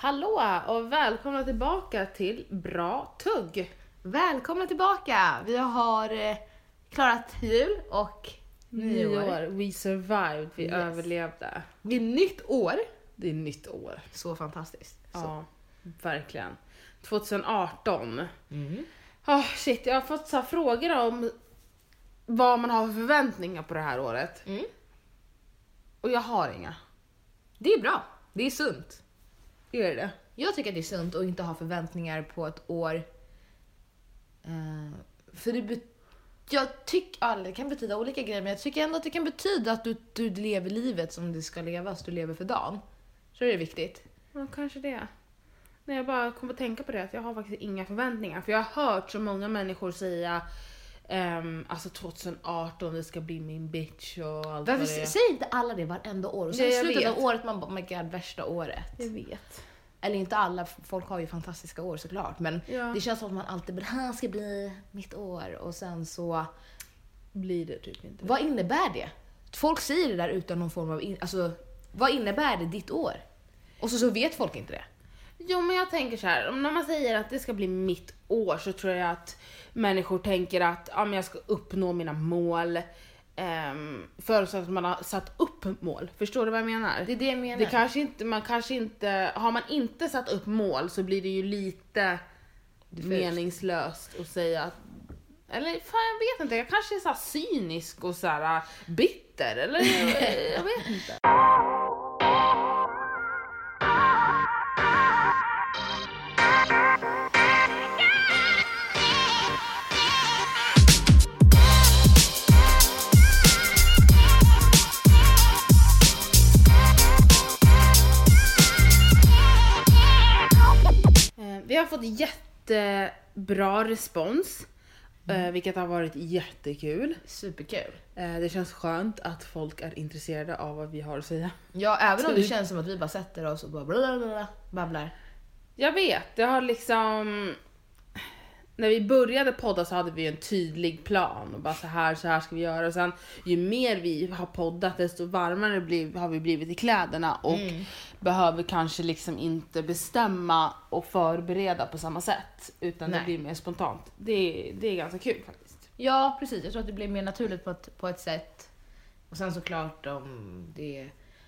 Hallå och välkomna tillbaka till Bra Tugg. Välkomna tillbaka! Vi har klarat jul och nyår. We survived, vi överlevde. Det är nytt år. Det är nytt år. Så fantastiskt. Ja, verkligen. 2018. Mm. Shit, jag har fått så här frågor om vad man har för förväntningar på det här året. Mm. Och jag har inga. Det är bra. Det är sunt. Är det? Jag tycker att det är sunt att inte ha förväntningar på ett år. För jag tycker det kan betyda olika grejer, men jag tycker ändå att det kan betyda att du lever livet som det ska levas. Du lever för dagen. Så det är viktigt. Ja, kanske det. När jag bara kom att tänka på det, att jag har faktiskt inga förväntningar. För jag har hört så många människor säga alltså 2018 det ska bli min bitch och allt vad det är. Säger inte alla det varenda år? Och sen i slutet av året man bara, oh my god, värsta året. Jag vet. Eller inte alla, folk har ju fantastiska år såklart. Men det känns som att man alltid det här ska bli mitt år. Och sen så blir det typ inte. Vad innebär det? Folk säger det där utan någon form av alltså, vad innebär det ditt år? Och så vet folk inte det. Jo, men jag tänker så här, om när man säger att det ska bli mitt år så tror jag att människor tänker att men jag ska uppnå mina mål. Förutsatt att man har satt upp mål. Förstår du vad jag menar? Det är det jag menar. Man kanske inte, har man inte satt upp mål så blir det ju lite meningslöst att säga att, eller fan jag vet inte, jag kanske är så här cynisk och så här bitter eller jag vet inte. Vi har fått jättebra respons, vilket har varit jättekul. Superkul. Det känns skönt att folk är intresserade av vad vi har att säga. Ja, även om det känns som att vi bara sätter oss och bara babblar. Jag vet, det har liksom... När vi började podda så hade vi en tydlig plan. Och bara så här ska vi göra. Och sen ju mer vi har poddat desto varmare har vi blivit i kläderna. Och behöver kanske liksom inte bestämma och förbereda på samma sätt. Utan det blir mer spontant. Det är ganska kul faktiskt. Ja, precis. Jag tror att det blir mer naturligt på ett sätt. Och sen såklart om det...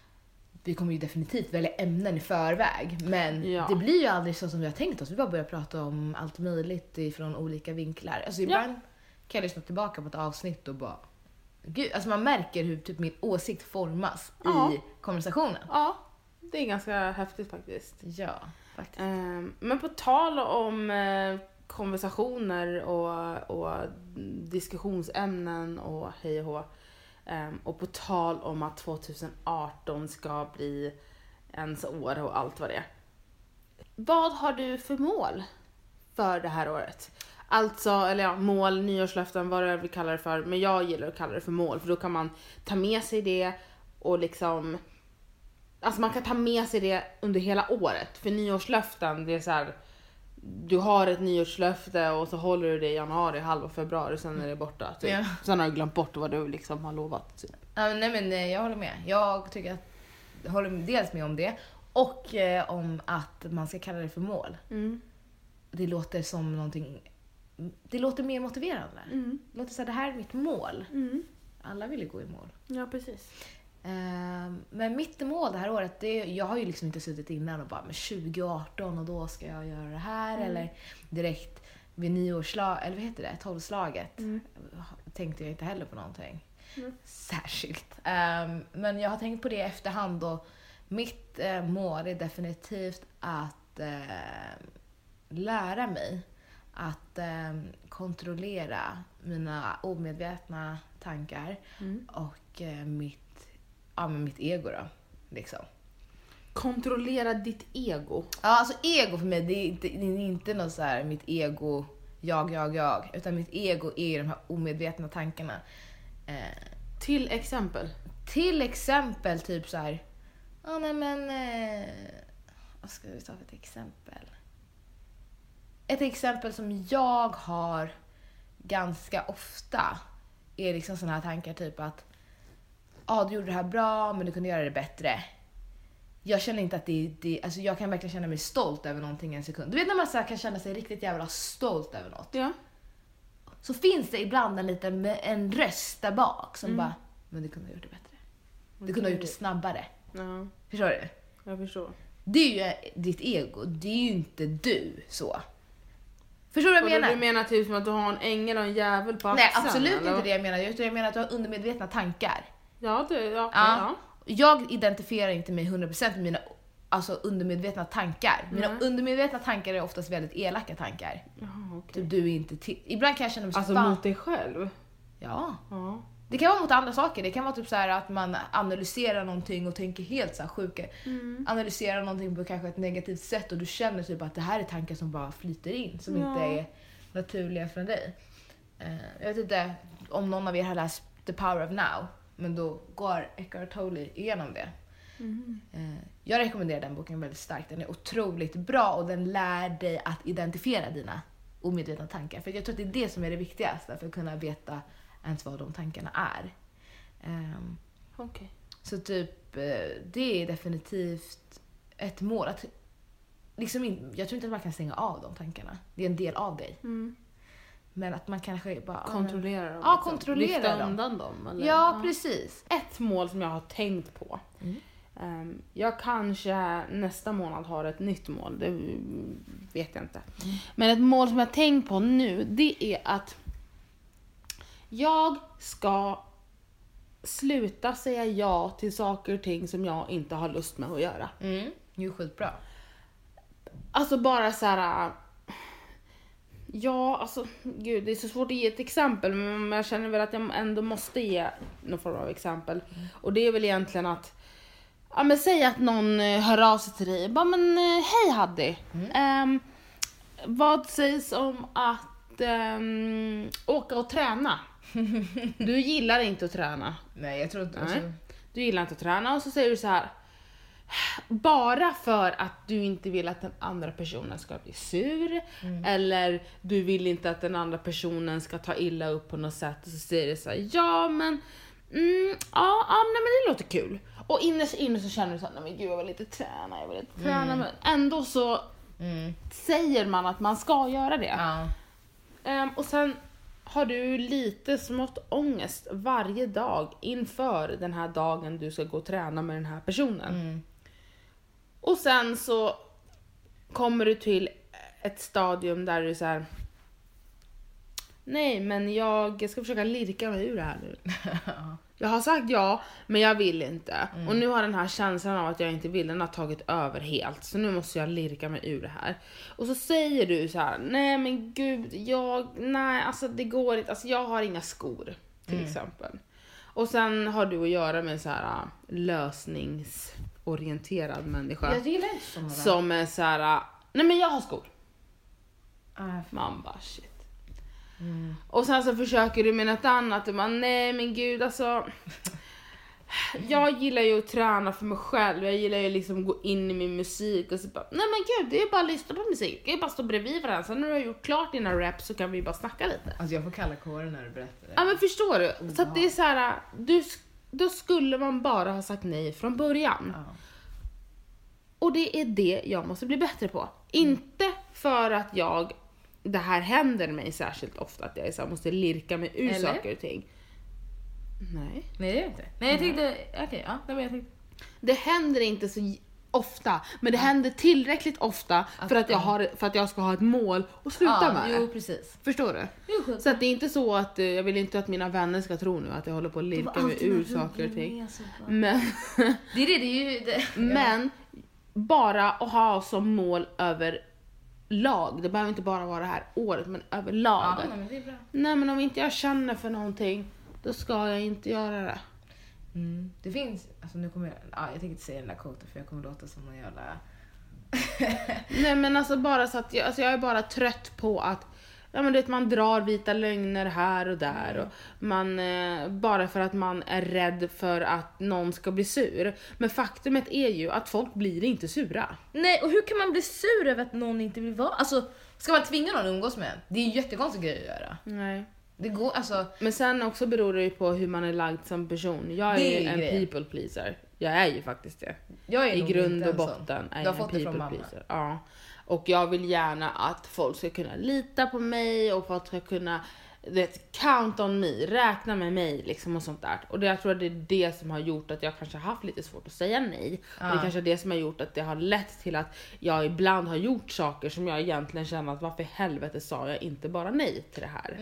Vi kommer ju definitivt välja ämnen i förväg. Men det blir ju aldrig så som vi har tänkt oss. Vi bara börjar prata om allt möjligt från olika vinklar. Alltså ibland kan jag lyssna tillbaka på ett avsnitt och bara... Gud, alltså man märker hur typ min åsikt formas i konversationen. Ja, det är ganska häftigt faktiskt. Ja, faktiskt. Men på tal om konversationer och diskussionsämnen och hej och hå. Och på tal om att 2018 ska bli ens år och allt vad det är. Vad har du för mål för det här året? Alltså, eller mål, nyårslöften, vad det vi kallar det för. Men jag gillar att kalla det för mål. För då kan man ta med sig det och liksom... Alltså man kan ta med sig det under hela året. För nyårslöften, det är så här... Du har ett nyårslöfte och så håller du det i januari, halva februari, sen är det borta. Typ. Ja. Sen har du glömt bort vad du liksom har lovat. Typ. Nej men jag håller med. Jag tycker att jag håller dels med om det. Och om att man ska kalla det för mål. Det låter som någonting... Det låter mer motiverande. Det låter så här, det här är mitt mål. Alla vill ju gå i mål. Ja, precis. Men mitt mål det här året, jag har ju liksom inte suttit innan och bara med 2018 och då ska jag göra det här eller direkt vid nyårslag, eller vad heter det, 12-slaget tänkte jag inte heller på någonting särskilt. Men jag har tänkt på det i efterhand och mitt mål är definitivt att lära mig att kontrollera mina omedvetna tankar och mitt ego då, liksom. Kontrollera ditt ego? Ja, alltså ego för mig, det är inte något så här, mitt ego, jag. Utan mitt ego är de här omedvetna tankarna. Till exempel? Till exempel typ så här, vad ska vi ta för ett exempel? Ett exempel som jag har ganska ofta är liksom såna här tankar typ att du gjorde det här bra men du kunde göra det bättre. jag känner inte att det alltså jag kan verkligen känna mig stolt över någonting en sekund. Du vet när man så här kan känna sig riktigt jävla stolt över något. Ja. Så finns det ibland en röst där bak som bara, men du kunde ha gjort det bättre. Du kunde ha gjort det snabbare. Ja. Förstår du? Jag förstår. Det är ju ditt ego, det är ju inte du så. Förstår du vad jag menar? Du menar typ som att du har en ängel och en djävul på axeln? Nej, absolut eller? inte det jag menar. Jag menar att du har undermedvetna tankar. Ja, det, ja, Ja. Jag identifierar inte mig 100% med mina undermedvetna tankar. Mina undermedvetna tankar är oftast väldigt elaka tankar. Jaha, okej. Typ, du är inte ibland kan jag känna mig så Alltså fan. mot dig själv? Ja. Ja. Det kan vara mot andra saker. Det kan vara typ så här att man analyserar någonting och tänker helt så här sjuka. Analyserar någonting på kanske ett negativt sätt och du känner typ att det här är tankar som bara flyter in, som inte är naturliga för dig. Jag vet inte om någon av er har läst The Power of Now, men då går Eckhart Tolle igenom det. Jag rekommenderar den boken väldigt starkt. Den är otroligt bra och den lär dig att identifiera dina omedvetna tankar. För jag tror att det är det som är det viktigaste för att kunna veta ens vad de tankarna är. Okej. Så typ, det är definitivt ett mål. Att, liksom, jag tror inte att man kan stänga av de tankarna. Det är en del av dig. Men att man kanske bara... Kontrollera dem. Ja, liksom. kontrollera Lyfta dem. undan dem. Eller? Ja, precis. Ett mål som jag har tänkt på. Jag kanske nästa månad har ett nytt mål. Det vet jag inte. Men ett mål som jag har tänkt på nu, det är att jag ska sluta säga ja till saker och ting som jag inte har lust med att göra. Det är skitbra. Alltså bara så här. Ja, alltså gud, det är så svårt att ge ett exempel, men jag känner väl att jag ändå måste ge någon form av exempel. Och det är väl egentligen att, ja men säg att någon hör av sig till dig, bara men hej Haddi, vad sägs om att åka och träna? Du gillar inte att träna. Nej, jag tror inte... Alltså... Du gillar inte att träna och så säger du så här. Bara för att du inte vill att den andra personen ska bli sur, eller du vill inte att den andra personen ska ta illa upp på något sätt, och så säger du så här, ja men nej men det låter kul. Och inne så känner du så här, nej men gud jag vill inte träna, men ändå så säger man att man ska göra det. Och sen har du lite smått ångest varje dag inför den här dagen du ska gå och träna med den här personen. Och sen så kommer du till ett stadium där du så här: nej men jag ska försöka lirka mig ur det här nu. Jag har sagt ja, men jag vill inte. Och nu har den här känslan av att jag inte vill, den har tagit över helt. Så nu måste jag lirka mig ur det här. Och så säger du så här: nej men gud, nej alltså det går inte. Alltså jag har inga skor till exempel. Och sen har du att göra med så här lösningsorienterad människa. Jag gillar inte sådana. Som är så här: nej men jag har skor. Man bara shit. Och sen så försöker du med något annat och man, nej men gud alltså jag gillar ju att träna för mig själv. Jag gillar ju liksom gå in i min musik och så bara, nej men gud, det är bara att lyssna på musik. Jag bara stå bredvid varandra. Sen när du har gjort klart dina raps så kan vi bara snacka lite. Alltså jag får kalla kåren när du berättar det. Ja men förstår du? Så att det är så här, då skulle man bara ha sagt nej från början. Och det är det jag måste bli bättre på. Inte för att det här händer mig särskilt ofta, att jag så här, måste lirka mig ur saker och ting. Nej. Nej, det är inte. Nej, jag tänkte, okej, ja, det var jag tänkte. Det händer inte så ofta, men det händer tillräckligt ofta för att jag ska ha ett mål och sluta med det. Jo, precis. Förstår du? Jo, så att det är inte så att jag vill inte att mina vänner ska tro nu att jag håller på att lirka mig ur saker och ting. Men det är ju det. Men bara att ha som mål över lag. Det behöver inte bara vara det här året, men överlag. Ja, men det är bra. Nej, men om inte jag känner för någonting, då ska jag inte göra det. Det finns, alltså nu kommer jag tänker inte säga den där quoten för jag kommer låta som en jävla... Nej, men alltså bara så att jag är bara trött på att man drar vita lögner här och där och man bara för att man är rädd för att någon ska bli sur. Men faktumet är ju att folk blir inte sura. Nej, och hur kan man bli sur över att någon inte vill vara? Alltså, ska man tvinga någon att umgås med en? Det är en jättekonstig grej att göra. Nej. Det går, alltså... Men sen också beror det ju på hur man är lagd som person. Jag är en people pleaser. Jag är ju faktiskt det. Jag är i nog grund inte och en sån. botten är Du har jag fått en det från people mamma. pleaser. Ja. Och jag vill gärna att folk ska kunna lita på mig och folk ska kunna count on me, räkna med mig liksom och sånt där. Och jag tror att det är det som har gjort att jag kanske har haft lite svårt att säga nej. Och det är kanske det som har gjort att det har lett till att jag ibland har gjort saker som jag egentligen känner att varför i helvete sa jag inte bara nej till det här.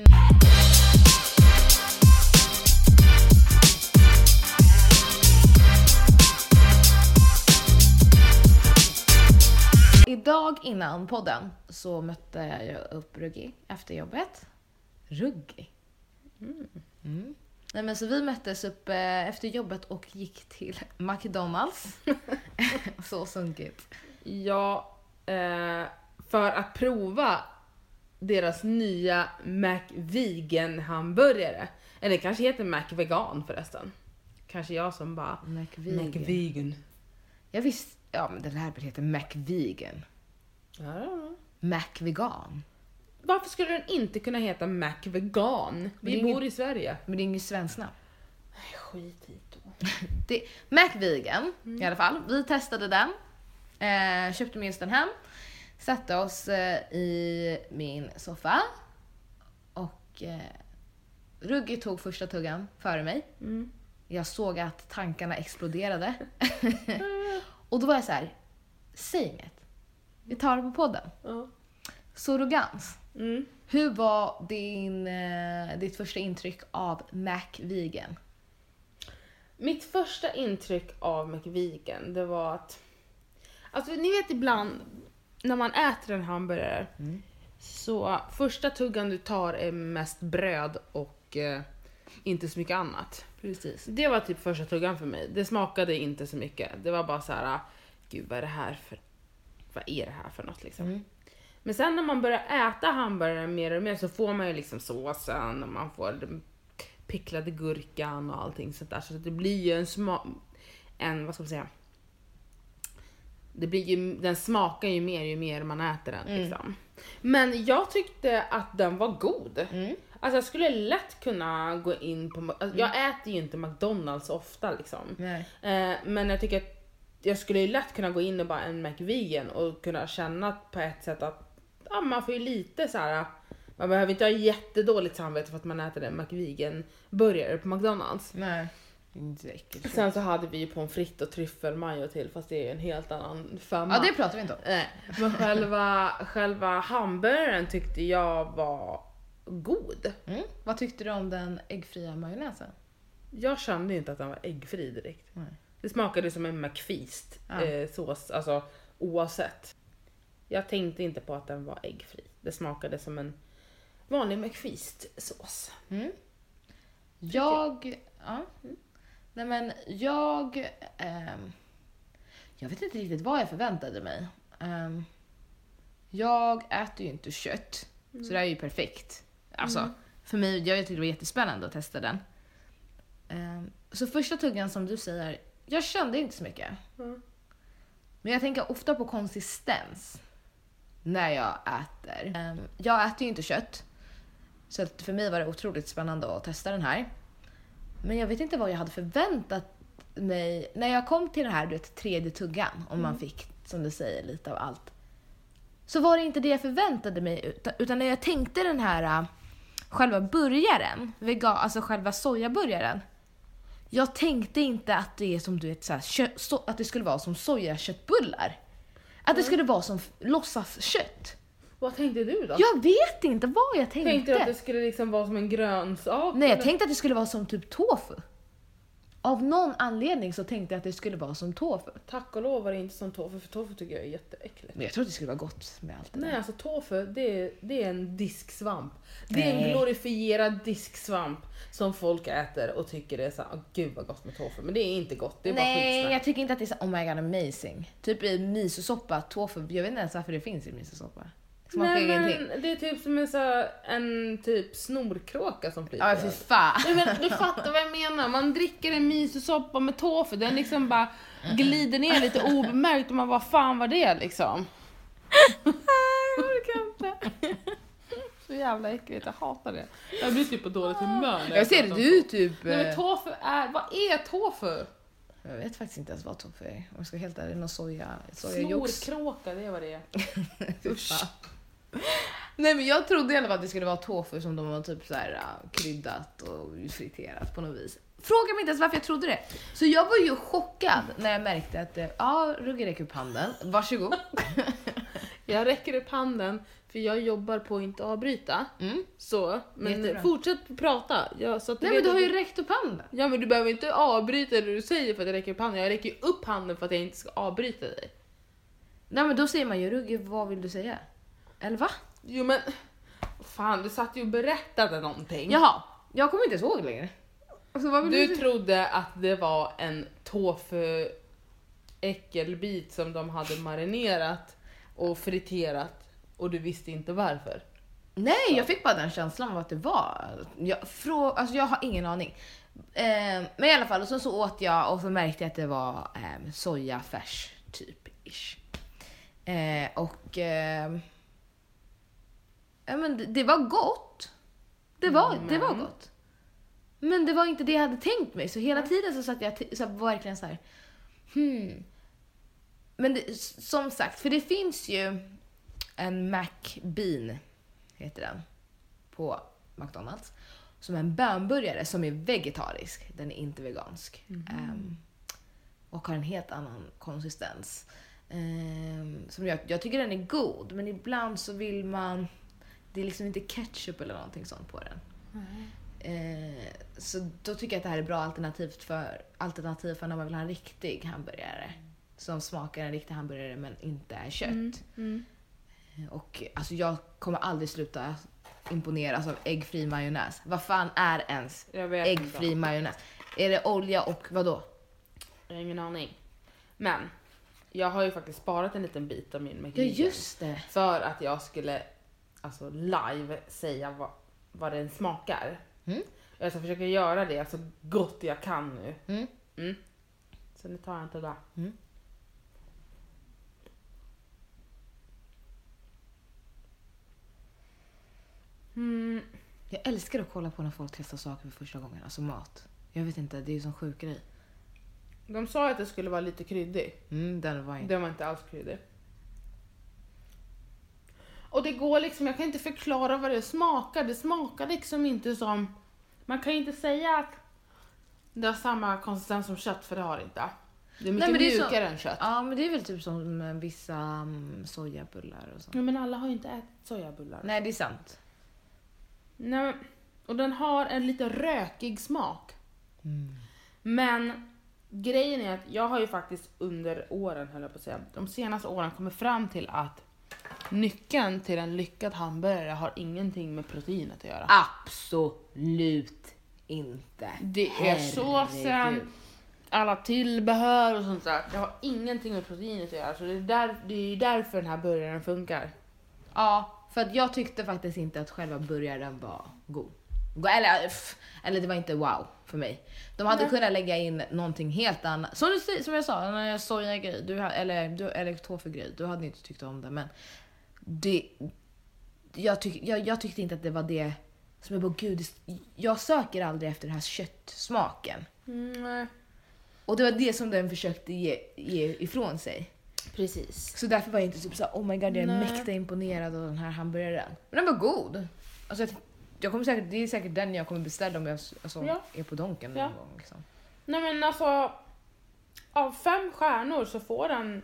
Idag innan podden så mötte jag upp Ruggi efter jobbet. Ruggi? Nej, men så vi möttes upp efter jobbet och gick till McDonalds. Så sunkigt. Ja, för att prova deras nya McVegan hamburgare. Eller det kanske heter McVegan förresten. Kanske jag som bara McVegan. Jag visste, ja men den här heter McVegan. Ja. McVegan. Varför skulle den inte kunna heta McVegan? Vi bor i Sverige. Men det är inget svenskt namn. Nej, skit hit då. McVegan i alla fall. Vi testade den. Köpte med oss den hem. Satte oss i min soffa. Och Ruggi tog första tuggan före mig. Jag såg att tankarna exploderade. Och då var jag så här: säg inget. Vi tar det på podden. Surrogans. Hur var ditt första intryck av McVegan? Mitt första intryck av McVegan, det var att... Alltså ni vet ibland när man äter en hamburgare så första tuggan du tar är mest bröd och inte så mycket annat. Precis. Det var typ första tuggan för mig. Det smakade inte så mycket. Det var bara så här: gud vad är det här för något liksom. Men sen när man börjar äta hamburgaren mer och mer så får man ju liksom såsen och man får den picklade gurkan och allting sånt där. Så det blir ju vad ska man säga? Det blir ju, den smakar ju mer man äter den liksom. Men jag tyckte att den var god. Alltså jag skulle lätt kunna gå in på... Alltså jag äter ju inte McDonalds ofta liksom. Men jag tycker att jag skulle ju lätt kunna gå in och bara en McVegan och kunna känna på ett sätt att man får ju lite så här. Man behöver inte ha jättedåligt samvete för att man äter en McVegan-burgare på McDonalds. Nej, inte äckligt. Sen så hade vi ju pommes frites och tryffelmajo till, fast det är en helt annan femma. Ja, det pratar vi inte om. Nej, men själva hamburgaren tyckte jag var god. Vad tyckte du om den äggfria majonnäsen? Jag kände inte att den var äggfri direkt. Nej. Det smakade som en McFeast sås, alltså oavsett. Jag tänkte inte på att den var äggfri. Det smakade som en vanlig McFeast-sås. Jag vet inte riktigt vad jag förväntade mig. Jag äter ju inte kött. Så det är ju perfekt. Alltså, för mig, jag tyckte det var jättespännande att testa den. Så första tuggan som du säger, jag kände inte så mycket. Men jag tänker ofta på konsistens när jag äter. Jag äter ju inte kött. Så att för mig var det otroligt spännande att testa den här. Men jag vet inte vad jag hade förväntat mig. När jag kom till den här tredje tuggan, om man fick, som du säger, lite av allt. Så var det inte det jag förväntade mig. Utan när jag tänkte den här själva burgaren, alltså själva sojaburgaren. Jag tänkte inte att det är som du vet, att det skulle vara som sojaköttbullar. Att det skulle vara som låtsaskött. Vad tänkte du då? Jag vet inte vad jag tänkte. Tänkte du att det skulle liksom vara som en grönsak? Nej, jag tänkte att det skulle vara som typ tofu. Av någon anledning så tänkte jag att det skulle vara som tofu. Tack och lov var det inte som tofu, för tofu tycker jag är jätteäckligt. Men jag tror att det skulle vara gott med allt det Nej, där. alltså tofu, det är en disksvamp. Det är en glorifierad disksvamp som folk äter och tycker det är så, gud vad gott med tofu. Men det är inte gott, det är bara skitsnack. Nej, jag tycker inte att det är så, oh my god amazing. Typ i misosoppa, tofu, jag vet inte ens varför det finns i misosoppa. Nej, men det är typ som en typ snorkråka som flyter. Ja, för fan. Nej, men du fattar vad jag menar. Man dricker en misosoppa med tofu. Den liksom bara glider ner lite obemärkt och man bara, fan vad det liksom. Jag orkar inte. Så jävla äckligt, jag hatar det. Jag blir typ på dåligt humör. Jag ser det, du typ... Nej, men tofu vad är tofu? Jag vet faktiskt inte ens vad tofu är. Om jag ska helt ärligt, någon sojajox. Snorkråka, det var det. Usch. Nej, men jag trodde i alla fall att det skulle vara tofu som de har typ så här kryddat och friterat på något vis. Fråga mig inte ens varför jag trodde det. Så jag var ju chockad när jag märkte att Rugge räcker upp handen. Varsågod. Jag räcker upp handen för jag jobbar på att inte avbryta. Så, men jättebra. Fortsätt prata. Så att Nej, men du har ju räckt upp handen. Ja, men du behöver inte avbryta det du säger för att jag räcker upp handen. Jag räcker ju upp handen för att jag inte ska avbryta dig. Nej, men då säger man ju Rugge, vad vill du säga? Eller va? Jo, men fan, du satt ju och berättade någonting. Jaha, jag kommer inte ens ihåg längre. Alltså, vad vill Du trodde att det var en tofu äckelbit som de hade marinerat och friterat och du visste inte varför. Nej, jag fick bara den känslan av att det var. Jag har ingen aning. Men i alla fall, och så åt jag och så märkte jag att det var sojafärs typ ish. Men det var gott. Det var gott. Men det var inte det jag hade tänkt mig. Så hela tiden så satt jag så verkligen så här. Men som sagt, för det finns ju en McBean heter den på McDonald's som är en bönburgare som är vegetarisk. Den är inte vegansk. Och har en helt annan konsistens. Som jag tycker den är god, men ibland så vill man, det är liksom inte ketchup eller någonting sånt på den. Så då tycker jag att det här är bra alternativ för när man vill ha en riktig hamburgare som smakar en riktig hamburgare men inte är kött. Och alltså jag kommer aldrig sluta imponeras av äggfri majonnäs. Vad fan är ens äggfri majonnäs? Är det olja och vad då? Jag har ingen aning. Men jag har ju faktiskt sparat en liten bit av min McGriddle. Ja, just det. För att jag skulle alltså live säga vad den smakar. Jag ska försöka göra det så gott jag kan nu. Så nu tar jag inte det. Jag älskar att kolla på när folk testar saker för första gången. Alltså mat. Jag vet inte, det är ju sån sjuk grej. De sa att det skulle vara lite kryddig. Den var inte alls kryddig. Och det går liksom, jag kan inte förklara vad det smakar. Det smakar liksom inte som, man kan inte säga att det har samma konsistens som kött, för det har det inte. Det är mycket mjukare än kött. Ja, men det är väl typ som vissa sojabullar och sånt. Ja, men alla har ju inte ätit sojabullar. Nej, det är sant. Nej, och den har en lite rökig smak. Men grejen är att jag har ju faktiskt under åren, höll jag på att säga, de senaste åren kommit fram till att nyckeln till en lyckad hamburgare har ingenting med proteinet att göra. Absolut inte. Det är såsen, alla tillbehör och sånt där. Det har ingenting med proteinet att göra. Så det är därför den här burgaren funkar. Ja, för att jag tyckte faktiskt inte att själva burgaren var god. Eller det var inte wow för mig. De hade kunnat lägga in någonting helt annat. Som jag sa, när jag sojagrej eller tofu-grej, du hade inte tyckt om det, men jag tyckte inte att det var det som jag bara, gud, jag söker aldrig efter den här köttsmaken. Och det var det som den försökte ge ifrån sig. Precis. Så därför var jag inte typ så, oh my god, jag är mäkta imponerad av den här hamburgaren. Men den var god. Alltså det är säkert den jag kommer beställa om jag är på Donken någon gång liksom. Nej, men alltså av 5 stjärnor så får den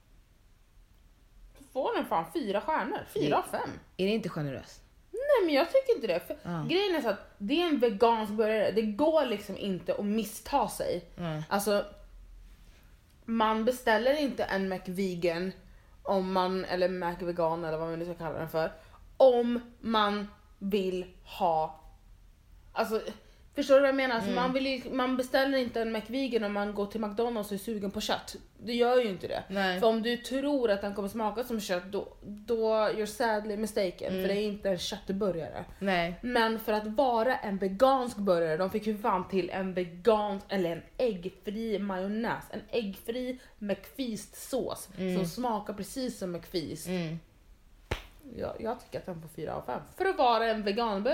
fan 4 stjärnor. 4 av 5. Är det inte generöst? Nej, men jag tycker inte det. För grejen är så att det är en vegansk burgare. Det går liksom inte att missta sig. Alltså, man beställer inte en McVegan eller McVegan eller vad man nu ska kalla den för, om man vill ha, alltså, förstår du vad jag menar? Alltså, man beställer inte en McVegan om man går till McDonald's och är sugen på kött. Det gör ju inte det. Nej. För om du tror att den kommer smaka som kött, då you're sadly mistaken. För det är inte en köttburgare. Nej. Men för att vara en vegansk burgare, de fick ju fan till en äggfri majonnäs. En äggfri McFeast-sås som smakar precis som McFeast. Jag tycker att den får 4 av 5. För att vara en veganburgare.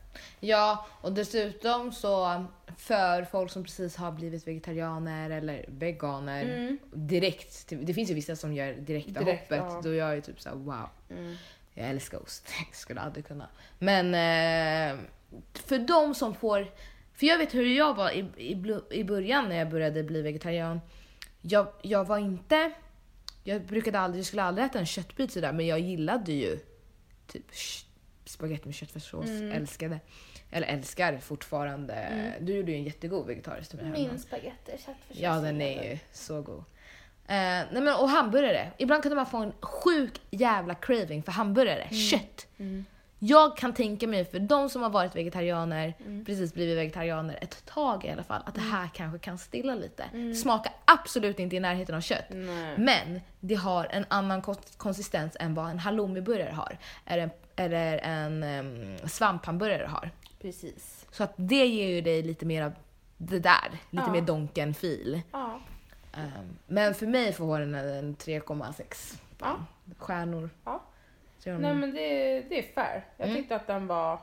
Ja, och dessutom så för folk som precis har blivit vegetarianer eller veganer direkt, det finns ju vissa som gör direkta hoppet, då jag är typ så här, wow. Jag älskar ost, jag skulle aldrig kunna. Men för de som får, för jag vet hur jag var i början när jag började bli vegetarian. Jag var inte, jag skulle aldrig äta en köttbit sådär, men jag gillade ju typ spagetti med köttfärssås, älskar fortfarande. Du gjorde ju en jättegod vegetarisk till mig. Min spagetti köttfärssås. Ja, den är ju så god. Nej men, och hamburgare. Ibland kan man få en sjuk jävla craving för hamburgare, kött. Jag kan tänka mig för de som har varit vegetarianer, precis blivit vegetarianer ett tag i alla fall, att det här kanske kan stilla lite. Smakar absolut inte i närheten av kött. Men det har en annan konsistens än vad en halloumiburgare har. Eller en svamphamburgare har. Precis. Så att det ger ju dig lite mer av det där. Lite mer donken-fil. Ja. Men för mig får den en 3,6 stjärnor. Ja. Nej men det är fair. Jag tyckte att den var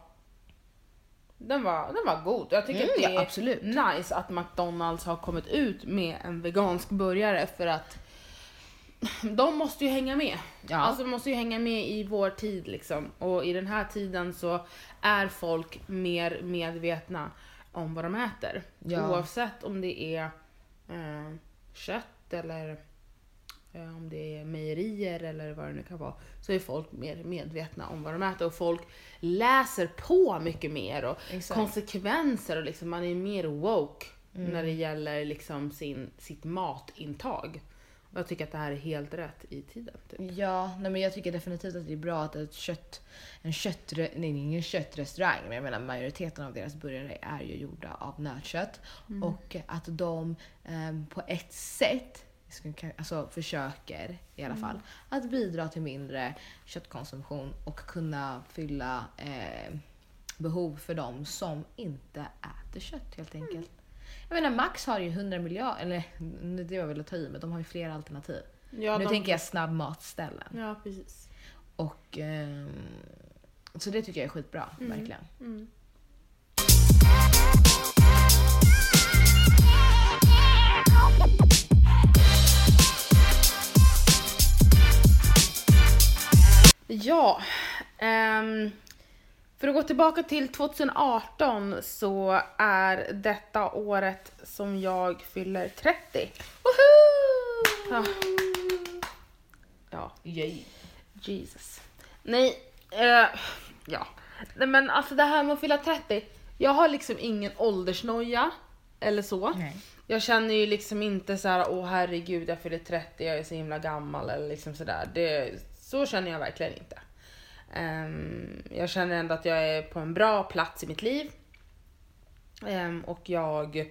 god. Jag tycker att det är absolut nice att McDonald's har kommit ut med en vegansk burgare, för att de måste ju hänga med. Ja. Alltså de måste ju hänga med i vår tid liksom. Och i den här tiden så är folk mer medvetna om vad de äter. Ja. Oavsett om det är kött eller om det är mejerier eller vad det nu kan vara, så är folk mer medvetna om vad de äter, och folk läser på mycket mer och konsekvenser, och liksom man är mer woke när det gäller liksom sitt matintag. Och jag tycker att det här är helt rätt i tiden. Typ. Ja, men jag tycker definitivt att det är bra att ingen köttrestaurang, men jag menar majoriteten av deras burgare är ju gjorda av nötkött, och att de på ett sätt försöker i alla fall att bidra till mindre köttkonsumtion och kunna fylla behov för dem som inte äter kött helt enkelt. Jag menar, Max har ju 100 miljarder, eller det var väl att ta i, men de har ju fler alternativ. Ja, nu tänker jag snabbmatställen. Ja, precis. Och så det tycker jag är skitbra, verkligen. Ja, för att gå tillbaka till 2018 så är detta året som jag fyller 30. Woho! Ja. Jesus. Nej, ja. Nej, men alltså det här med att fylla 30, jag har liksom ingen åldersnoja eller så. Nej. Jag känner ju liksom inte så här, åh herregud, jag fyller 30, jag är så himla gammal eller liksom sådär. Så känner jag verkligen inte. Jag känner ändå att jag är på en bra plats i mitt liv. Och jag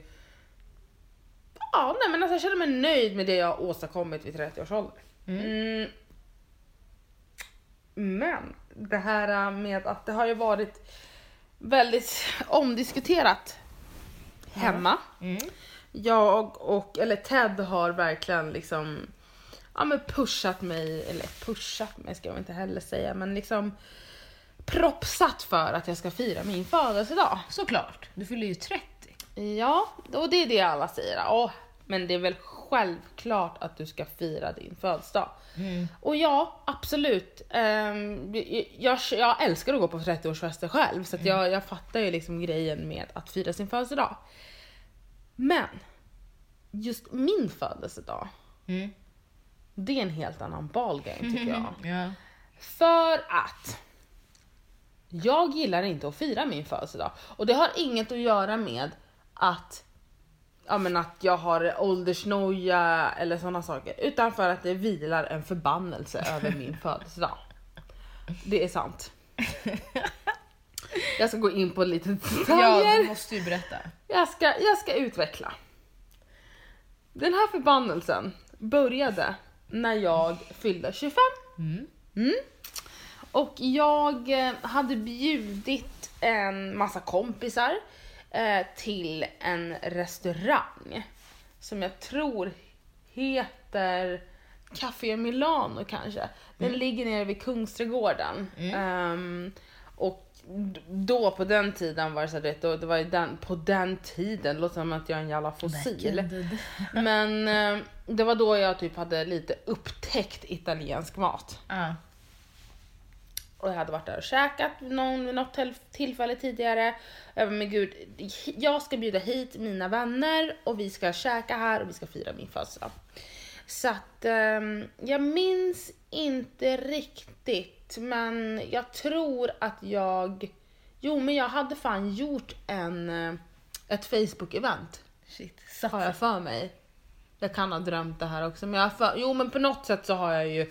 känner mig nöjd med det jag åstadkommit vid 30 års ålder. Men det här med att det har ju varit väldigt omdiskuterat hemma. Ted har verkligen liksom pushat mig ska jag inte heller säga, men liksom propsat för att jag ska fira min födelsedag. Såklart, du fyller ju 30. Ja, och det är det alla säger. Men det är väl självklart att du ska fira din födelsedag. Och ja, absolut. Jag älskar att gå på 30-årsfester själv, så att jag fattar ju liksom grejen med att fira sin födelsedag. Men just min födelsedag, det är en helt annan ballgame tycker jag. Ja. För att jag gillar inte att fira min födelsedag. Och det har inget att göra med att jag har åldersnoja eller sådana saker. Utan för att det vilar en förbannelse över min födelsedag. Det är sant. Jag ska gå in på lite detaljer. Ja, du måste ju berätta. Jag ska utveckla. Den här förbannelsen började när jag fyllde 25. Och jag hade bjudit en massa kompisar till en restaurang som jag tror heter Café Milano kanske. Den ligger nere vid Kungsträdgården. Och då på den tiden var det så rätt, det var ju på den tiden, låter som att jag är en jävla fossil. Men det var då jag typ hade lite upptäckt italiensk mat. Och jag hade varit där och käkat vid något tillfälle tidigare. Men gud, jag ska bjuda hit mina vänner och vi ska käka här och vi ska fira min födelsedag. Så att jag minns inte riktigt, men jag tror att men jag hade fan gjort ett Facebook-event. Shit, har jag för mig. Jag kan ha drömt det här också, men men på något sätt så har jag ju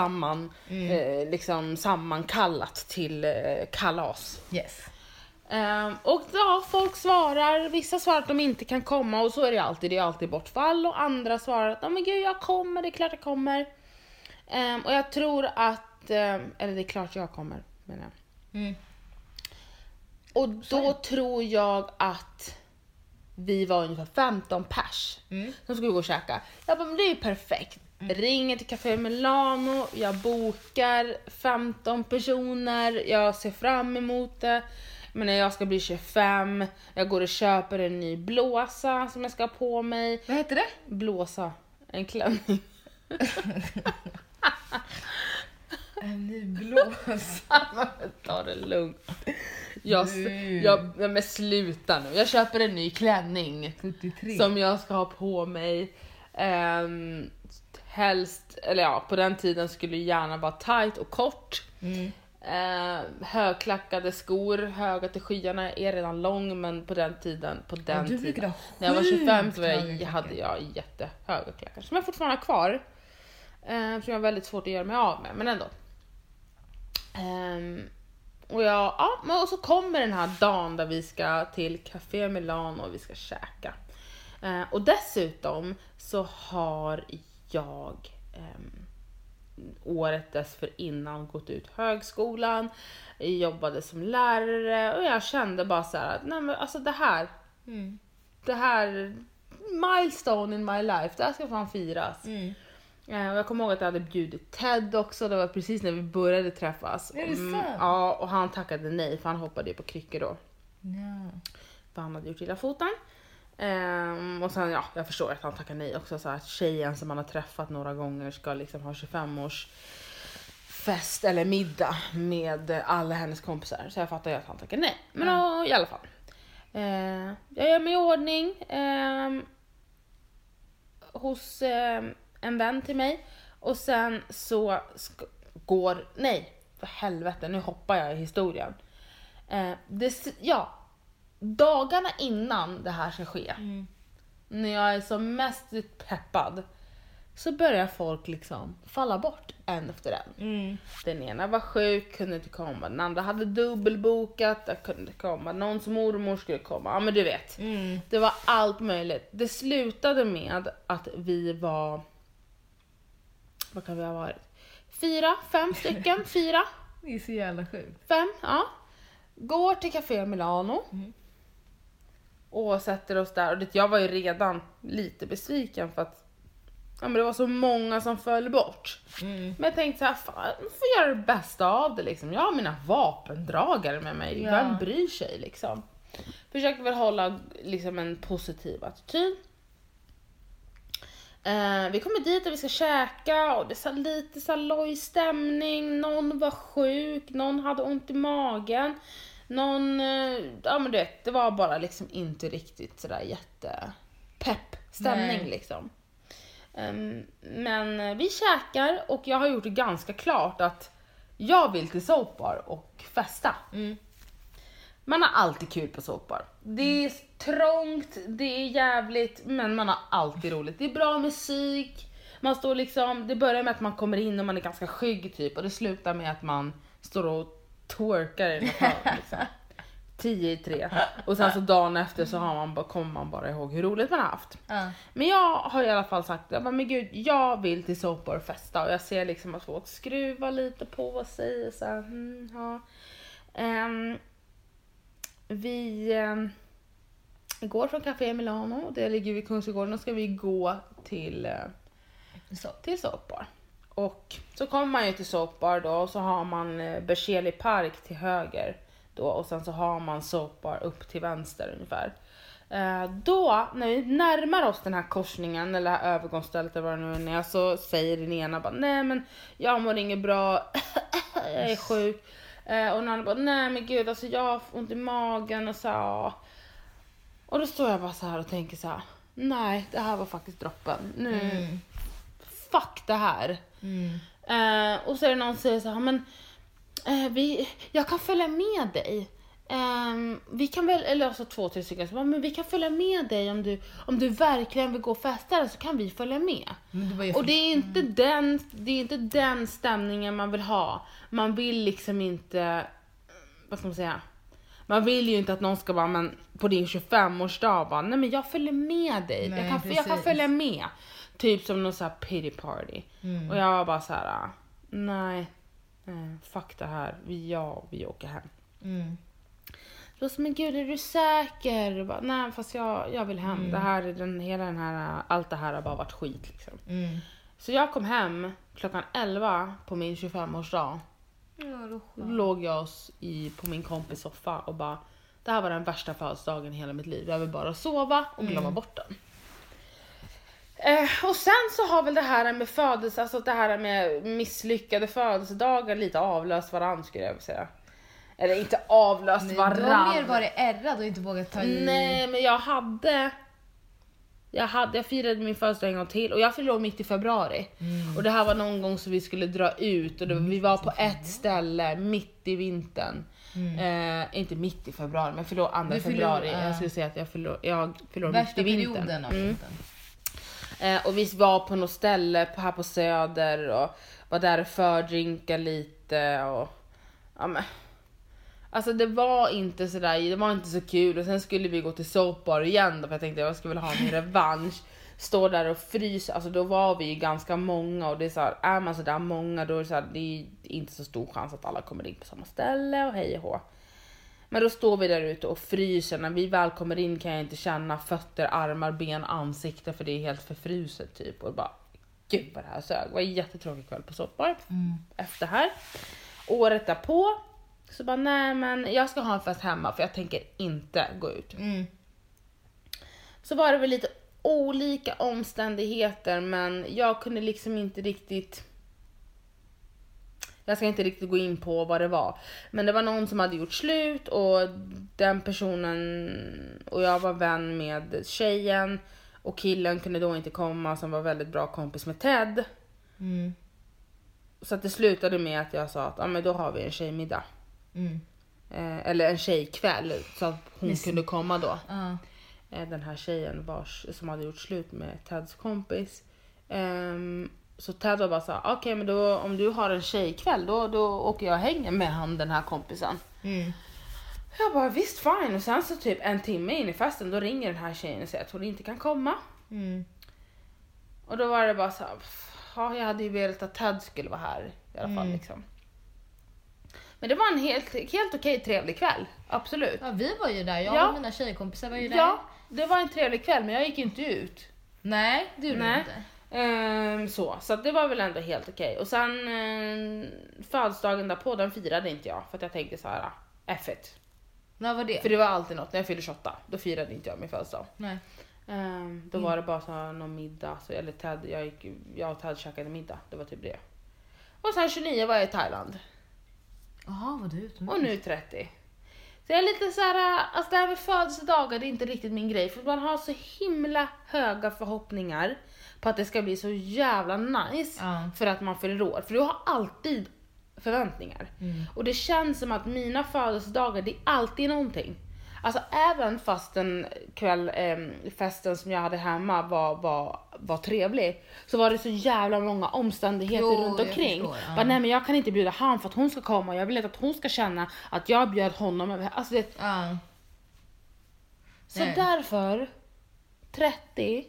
sammankallat till kalas. Yes. Och ja, folk svarar, vissa svarar att de inte kan komma och så är det alltid bortfall, och andra svarar att men gud, jag kommer, det är klart jag kommer. Och jag tror att eller det är klart jag kommer, menar jag. Och då tror jag att vi var ungefär 15 pers som skulle gå och käka. Jag bara, men det är ju perfekt. Ringer till Café Milano, jag bokar 15 personer, jag ser fram emot det. Men när jag ska bli 25, jag går och köper en ny blåsa som jag ska ha på mig. Vad heter det? Blåsa, en klänning. En ny blåsa. Ta det lugnt. Men sluta nu. Jag köper en ny klänning 73. som jag ska ha på mig. Helst, eller ja, på den tiden skulle det gärna vara tight och kort. Högklackade skor, höga till skyarna, är redan lång, men på den tiden när jag var 25 så hade jag jättehöga klackar som jag fortfarande har kvar, som jag har väldigt svårt att göra mig av med, men ändå. Och så kommer den här dagen där vi ska till Café Milano och vi ska käka. Och dessutom så har jag året dessförinnan gått ut högskolan, jobbade som lärare, och jag kände bara så här att nej, men alltså det här milestone in my life, det här ska fan firas. Och jag kommer ihåg att jag hade bjudit Ted också, det var precis när vi började träffas. Är det sant? Ja, och han tackade nej för han hoppade ju på kryckor då. För han hade gjort illa foten. Och sen, ja, jag förstår att han tackar nej också, så att tjejen som man har träffat några gånger ska liksom ha 25-års fest eller middag med alla hennes kompisar, så jag fattar ju att han tackar nej. Men i alla fall, jag gör mig i ordning hos en vän till mig, och sen så för helvete, nu hoppar jag i historien. Dagarna innan det här ska ske, när jag är som mest peppad, så börjar folk liksom falla bort en efter en. Den ena var sjuk, kunde inte komma. Den andra hade dubbelbokat, jag kunde inte komma. Någons mormor skulle komma. Ja, men du vet. Det var allt möjligt. Det slutade med att vi var... Vad kan vi ha varit? 5 stycken. 4. Det är så jävla sjukt. 5, ja. Går till Café Milano. Och sätter oss där. Och jag var ju redan lite besviken för att det var så många som föll bort. Men jag tänkte så här, fan, jag får göra det bästa av det liksom. Jag har mina vapendragare med mig. Vem bryr sig liksom? Försöker väl hålla liksom en positiv attityd. Vi kommer dit och vi ska käka, och det är lite så loj stämning. Någon var sjuk, någon hade ont i magen. Någon, men du vet, det var bara liksom inte riktigt sådär jättepepp stämning liksom. Men vi käkar, och jag har gjort det ganska klart att jag vill till Soapbar och festa. Man har alltid kul på Soapbar. Det är trångt, det är jävligt, men man har alltid roligt. Det är bra musik. Man står liksom, det börjar med att man kommer in och man är ganska skygg typ, och det slutar med att man står och twerkar i lokalen liksom. 10-3. Och sen så dagen efter så kommer man bara ihåg hur roligt man har haft. Men jag har i alla fall sagt, men gud, jag vill till Soapbar och festa. Och jag ser liksom att folk skruvar lite på sig och så här, vi går från Café Milano, det ligger vid Kungsgården, och ska vi gå till Soapbar. Och så kommer man ju till Soap Bar då och så har man Berzelii park till höger då och sen så har man Soap Bar upp till vänster ungefär. Då när vi närmar oss den här korsningen eller det här övergångsstället eller vad det nu är, så säger den ena bara nej men jag mår inget bra, jag är sjuk. Och den andra bara nej men gud alltså jag har ont i magen och så här. Och då står jag bara så här och tänker så här: nej, det här var faktiskt droppen. Nu, fuck det här. Och så är det någon som säger så här: men jag kan följa med dig. Vi kan väl, eller alltså 2-3 stycken, så bara, men vi kan följa med dig om du verkligen vill gå och festa, så kan vi följa med. Och det är inte den stämningen man vill ha. Man vill liksom inte, vad ska man säga? Man vill ju inte att någon ska bara, men på din 25-årsdag bara, nej men jag följer med dig. Nej, jag kan följa med. Typ som någon så här pity party. Och jag var bara så här: nej, fuck det här. Vi åker hem. Då så, men gud är du säker? Bara, nej fast jag vill hem. Det här är allt det här har bara varit skit liksom. Så jag kom hem klockan 11 på min 25-årsdag. Då låg jag på min kompis soffa och bara, det här var den värsta födelsedagen i hela mitt liv. Jag vill bara sova och glömma bort den. Och sen så har väl det här med alltså det här med misslyckade födelsedagar lite avlöst varann, skulle jag vilja säga. Eller inte avlöst varann. Du har mer varit ärrad och inte vågat ta i. Nej, men jag firade min födelsedag en gång till och jag fyllde år mitt i februari. Och det här var någon gång så vi skulle dra ut och vi var på ett ställe mitt i vintern. Inte mitt i februari, men fyllde 2 februari. Jag skulle säga att jag fyllde år mitt i vintern. Och vi var på något ställe här på Söder och var där och fördrinka lite och ja men. Alltså det var inte så kul. Och sen skulle vi gå till Soap Bar igen då, för jag tänkte jag skulle ha min revansch. Stå där och frysa. Alltså då var vi ju ganska många. Och det är så här, är man så där många då är det så här, det är inte så stor chans att alla kommer in på samma ställe och hej och hå. Men då står vi där ute och fryser. När vi väl kommer in kan jag inte känna fötter, armar, ben, ansikte, för det är helt förfruset typ. Och bara, gud vad det här sög. Det var en jättetråkig kväll på Soap Bar. Efter här. Året därpå så bara, nej men jag ska ha en fest hemma för jag tänker inte gå ut. Så var det väl lite olika omständigheter, men jag kunde liksom inte riktigt, jag ska inte riktigt gå in på vad det var. Men det var någon som hade gjort slut och den personen och jag var vän med tjejen och killen kunde då inte komma som var väldigt bra kompis med Ted. Så att det slutade med att jag sa att ja, men då har vi en tjejmiddag. Eller en tjejkväll så att hon kunde komma då. Den här tjejen som hade gjort slut med Teds kompis. Så Ted var bara så här, okej, men då, om du har en tjejkväll då åker jag och hänger med den här kompisen. Jag bara visst fine. Och sen så typ en timme in i festen då ringer den här tjejen och säger att hon inte kan komma. Och då var det bara så här, ja, jag hade ju velat att Ted skulle vara här i alla fall liksom. Men det var en helt okej trevlig kväll, absolut. Ja, vi var ju där, jag och mina tjejkompisar var ju där. Ja, det var en trevlig kväll, men jag gick inte ut. Nej, det gjorde du inte. Så det var väl ändå helt okej. Och sen födelsedagen därpå, den firade inte jag. För att jag tänkte så här, F1. Vad var det? För det var alltid något, när jag fyllde 28, då firade inte jag min födelsedag. Nej. Då var det bara så här, någon middag. Eller Ted, jag och Ted käkade middag, det var typ det. Och sen 29 var jag i Thailand. Jaha, vad du utomlands? Och nu 30. Så jag är lite så här, alltså det här med födelsedagar, det är inte riktigt min grej. För man har så himla höga förhoppningar på att det ska bli så jävla nice för att man fyller år. För du har alltid förväntningar. Och det känns som att mina födelsedagar, det är alltid någonting. Alltså även fast den festen som jag hade hemma var trevlig, så var det så jävla många omständigheter runt omkring. Nej men jag kan inte bjuda han för att hon ska komma. Jag vill att hon ska känna att jag bjöd honom. Alltså det... Så därför 30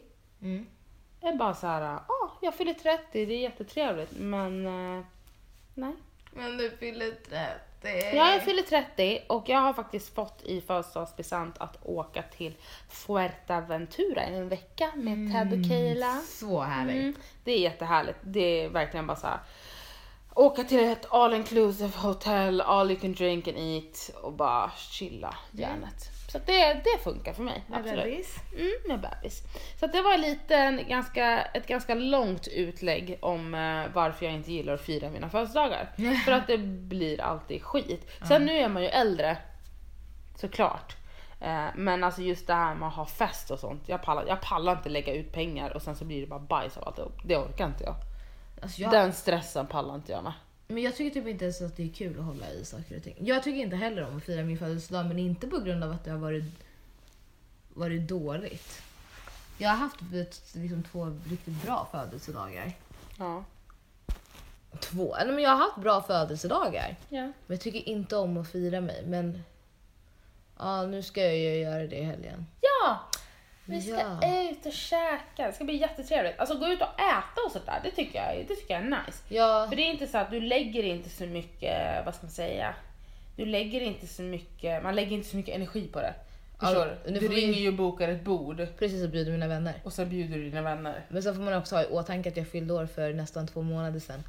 är bara så här, jag fyller 30, det är jättetrevligt, men nej. Men du fyller 30. Ja, jag fyller 30 och jag har faktiskt fått i födelsedagspresent att åka till Fuerteventura en vecka med Ted och Kayla. Så härligt. Det är jättehärligt. Det är verkligen bara så här, åka till ett all inclusive hotell, all you can drink and eat och bara chilla hjärnet. Så att det funkar för mig. Med bebis. Med bebis. Så att det var ett ganska långt utlägg om varför jag inte gillar att fira mina födelsedagar. För att det blir alltid skit. Sen nu är man ju äldre, såklart. Men alltså just det här med att ha fest och sånt. Jag pallar inte lägga ut pengar och sen så blir det bara bajs av allt. Det orkar inte jag. Alltså den stressen pallar inte jag med. Men jag tycker typ inte ens att det är kul att hålla i saker och ting. Jag tycker inte heller om att fira min födelsedag, men inte på grund av att det har varit dåligt. Jag har haft liksom 2 riktigt bra födelsedagar. Ja. 2? Men jag har haft bra födelsedagar. Ja. Men jag tycker inte om att fira mig. Men ja, nu ska jag ju göra det i helgen. Ja! Vi ska ut och käka. Det ska bli jättetrevligt. Alltså gå ut och äta och sånt där. Det tycker jag är nice. Ja. För det är inte så att du lägger inte så mycket, vad ska man säga? Man lägger inte så mycket energi på det. Förstår du? Du ringer ju och bokar ett bord. Precis, och bjuder mina vänner. Och så bjuder du dina vänner. Men så får man också ha i åtanke att jag fyllde år för nästan 2 månader sedan.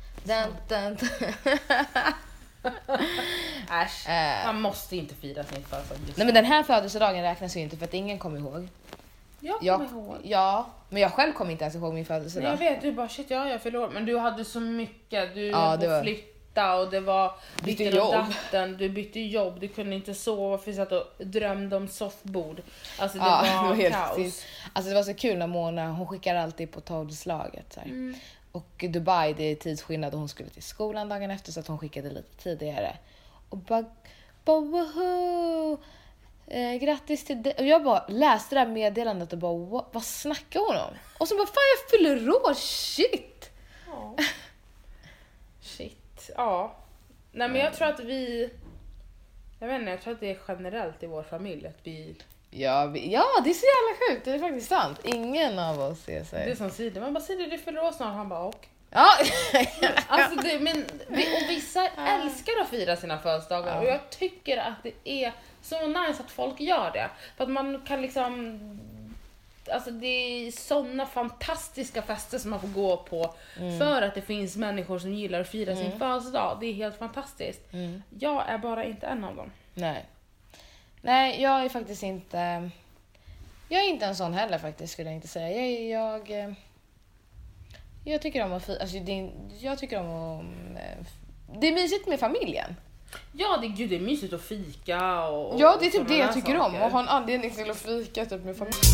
Äsch, man måste inte fira sin födelsedag. Nej, men den här födelsedagen räknas ju inte för att ingen kommer ihåg. Jag kommer ihåg. Ja, men jag själv kommer inte ens ihåg min födelsedag. Nej, jag vet, du bara shit, jag fyller år. Men du hade så mycket, du var flytta och det var bytte jobb. Du bytte jobb, du kunde inte sova för att du drömde om soffbord. Alltså det var helt kaos. Precis. Alltså det var så kul när Mona, hon skickar alltid på 12-slaget så här. Och Dubai, det är tidsskillnad och hon skulle till skolan dagen efter så att hon skickade lite tidigare. Och bara woho! Grattis till det. Och jag bara läste det här meddelandet och bara vad snackar hon om? Och så bara fan jag fyller år, shit! Ja. Shit, ja. Nej men jag tror att jag tror att det är generellt i vår familj att vi... Ja, det är så jävla sjukt, det är faktiskt sant. Ingen av oss ser sig. Det är som Sidi, man bara Sidi du fyller år snart, han bara och. Ja. Alltså och vissa älskar att fira sina födelsedagar och jag tycker att det är så nice att folk gör det. För att man kan liksom, alltså det är såna fantastiska fester som man får gå på för att det finns människor som gillar att fira sin födelsedag. Det är helt fantastiskt. Jag är bara inte en av dem. Nej, jag är faktiskt inte. Jag är inte en sån heller faktiskt, skulle jag inte säga. Jag tycker om att alltså jag tycker om att det är mysigt med familjen. Ja, det är mysigt att fika och ja, det är typ det jag tycker om. Och ha en anledning till att fika typ med familjen.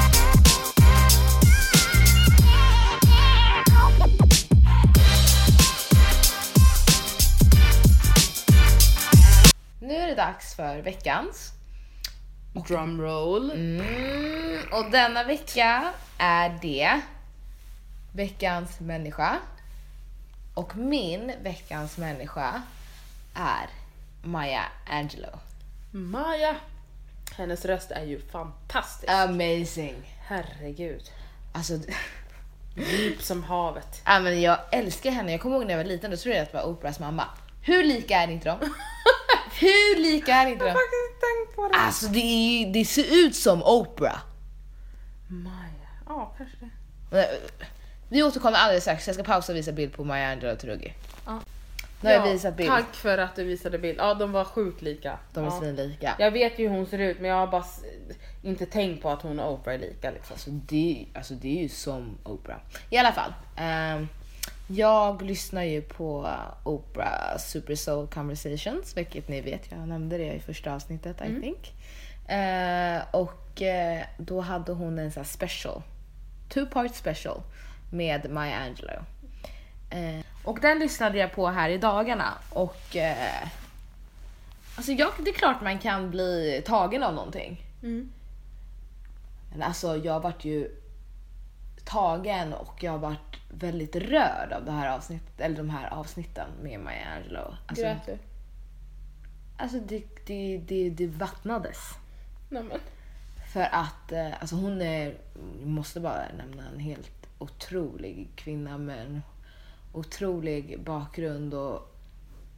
Nu är det dags för veckans drumroll. Och denna vecka är det veckans människa. Och min veckans människa är Maya Angelou. Maya, hennes röst är ju fantastisk. Amazing. Herregud. Alltså djup som havet. Ja, men jag älskar henne. Jag kommer ihåg när jag var liten, då trodde jag att det var Oprahs mamma. Hur lika är inte de? Hur lika är inte de? Jag har faktiskt tänkt på det. Alltså det ser ut som Oprah. Maya, ja kanske det. Vi återkommer alldeles strax. Jag ska pausa och visa bild på Maya Angelou och Truggi. Ja. Nu har jag visat bild. Tack för att du visade bild. Ja, de var sjukt lika. De är svinlika. Jag vet ju hur hon ser ut, men jag har bara inte tänkt på att hon och Oprah är lika. Liksom. Alltså det är ju som Oprah. I alla fall. Jag lyssnar ju på Oprah Super Soul Conversations, vilket ni vet. Jag nämnde det i första avsnittet, I think. Och då hade hon en sån här special. 2-part special med Maya Angelou. Och den lyssnade jag på här i dagarna. Och alltså det är klart man kan bli tagen av någonting. Men alltså jag varit ju tagen och jag har varit väldigt rörd av det här avsnittet, eller de här avsnitten med Maya Angelou. Alltså, grät du? Alltså det vattnades. Nämen. För att alltså hon är, måste bara nämna, en helt otrolig kvinna med en otrolig bakgrund och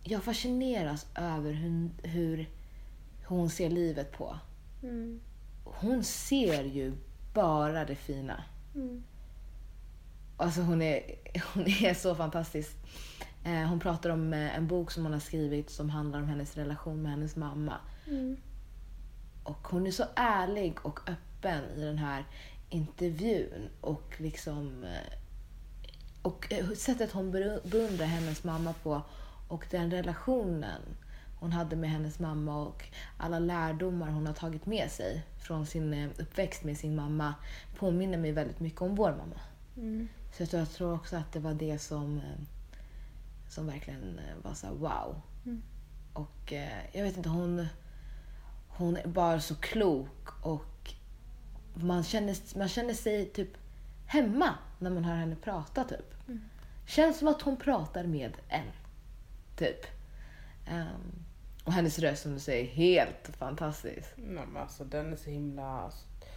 jag fascineras över hur hon ser livet på. Hon ser ju bara det fina. Alltså hon är så fantastisk. Hon pratar om en bok som hon har skrivit som handlar om hennes relation med hennes mamma. Och hon är så ärlig och öppen i den här intervjun. Och liksom... Och sättet hon beundrar hennes mamma på. Och den relationen hon hade med hennes mamma. Och alla lärdomar hon har tagit med sig från sin uppväxt med sin mamma. Påminner mig väldigt mycket om vår mamma. Så jag tror också att det var det som verkligen var så här, wow. Och jag vet inte, hon är bara så klok. Och man känner sig typ hemma när man hör henne prata typ. Känns som att hon pratar med en typ. Och hennes röst som du säger helt fantastisk. Nej, men alltså den är så himla...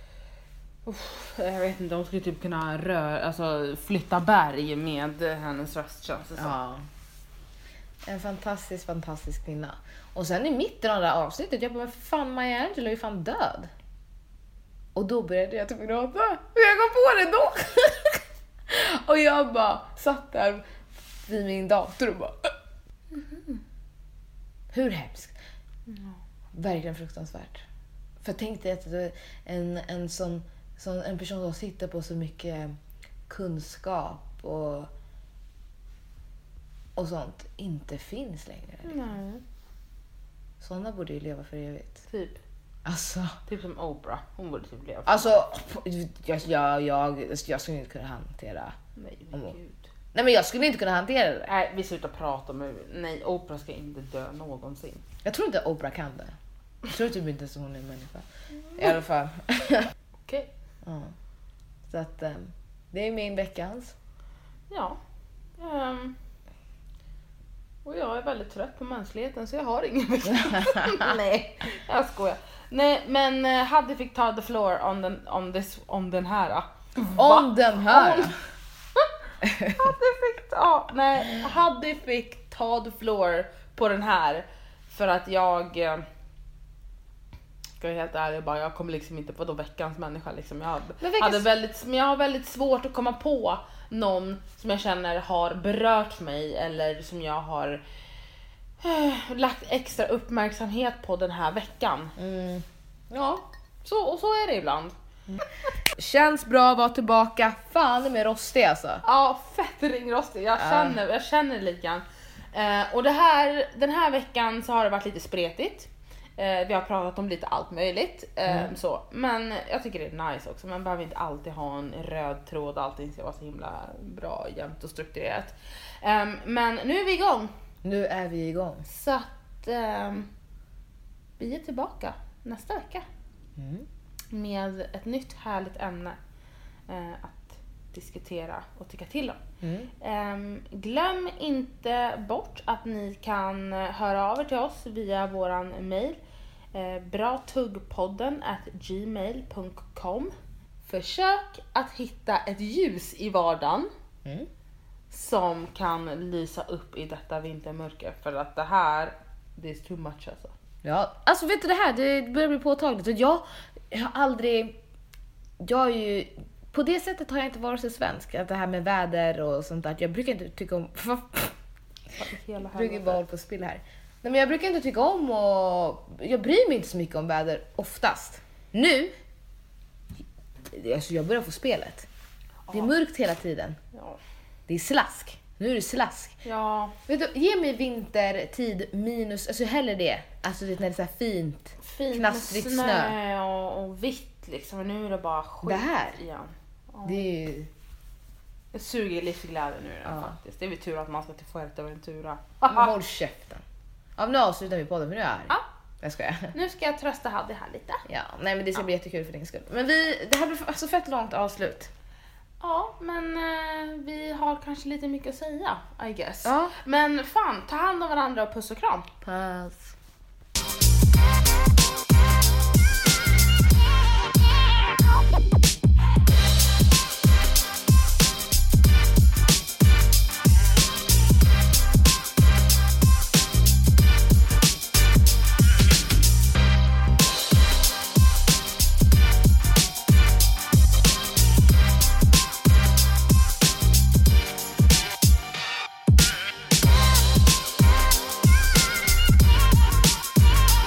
jag vet inte, de skulle typ kunna flytta berg med hennes röst, känns det som. Ja. En fantastisk kvinna. Och sen i mitten av det här avsnittet, jag bara, fan, Maya Angelou är ju fan död. Och då började jag typ gråta. Jag kom på det då. Och jag bara satt där vid min dator och bara... Hur hemskt? Verkligen fruktansvärt. För tänk dig att en person som sitter på så mycket kunskap och sånt inte finns längre. Nej. Sådana borde ju leva för evigt. Typ. Alltså. Typ som Oprah. Hon borde typ leva. Alltså, jag skulle inte kunna hantera. Nej, men gud. Nej, men jag skulle inte kunna hantera det. Nej, vi slutar prata om... Nej, Oprah ska inte dö någonsin. Jag tror inte Oprah kan det. Jag tror typ inte så hon är en människa. I alla fall. Okej. Ja. Så att det är min veckans. Ja. Och jag är väldigt trött på mänskligheten så jag har ingen veckans. Nej, jag skojar. Nej, men Haddy fick ta the floor om den här. Om den här. Haddy fick ta the floor på den här. För att jag ska jag helt ärlig bara, jag kommer liksom inte på då veckans människa liksom. Jag har väldigt svårt att komma på någon som jag känner har berört mig eller som jag har lagt extra uppmärksamhet på den här veckan. Ja, så är det ibland. Känns bra att vara tillbaka. Fan, med rostig alltså. Ja, fett ringrostig. Jag känner lite grann. Och den här veckan så har det varit lite spretigt. Vi har pratat om lite allt möjligt. Så. Men jag tycker det är nice också. Man behöver inte alltid ha en röd tråd. Allting ska vara så himla bra, jämnt och strukturerat. Men nu är vi igång. Nu är vi igång. Så att vi är tillbaka nästa vecka. Med ett nytt härligt ämne att diskutera och tycka till om. Glöm inte bort att ni kan höra av er till oss via våran mail bratuggpodden@gmail.com. Försök att hitta ett ljus i vardagen som kan lysa upp i detta vintermörker, för att det är too much alltså. Ja, alltså vet du det här, det börjar bli påtagligt. Och jag är ju på det sättet har jag inte varit så svensk, att det här med väder och sånt där. Jag brukar inte tycka om brukar bara på spill här. Nej, men jag brukar inte tycka om och jag bryr mig inte så mycket om väder oftast. Nu alltså jag börjar få spelet. Det är mörkt hela tiden. Ja. Det är slask. Nu är det slask. Ja. Vet du, ge mig vintertid minus, alltså hellre det. Alltså det är när det är så här fint knastrigt snö och vitt liksom. Nu är det bara skit det här igen. Ja. Det är ju... Jag suger livsglädje nu faktiskt. Det är väl tur att man ska till Fuerteventura. Håll käften. Ja, nu avslutar vi podden för nu är jag arg. Jag skojar. Nu ska jag trösta Haddy här lite. Ja, nej men det ska bli jättekul för din skull. Men det här blir så fett långt avslut. Ja, men vi har kanske lite mycket att säga, I guess. Ja. Men fan, ta hand om varandra och puss och kram. Puss.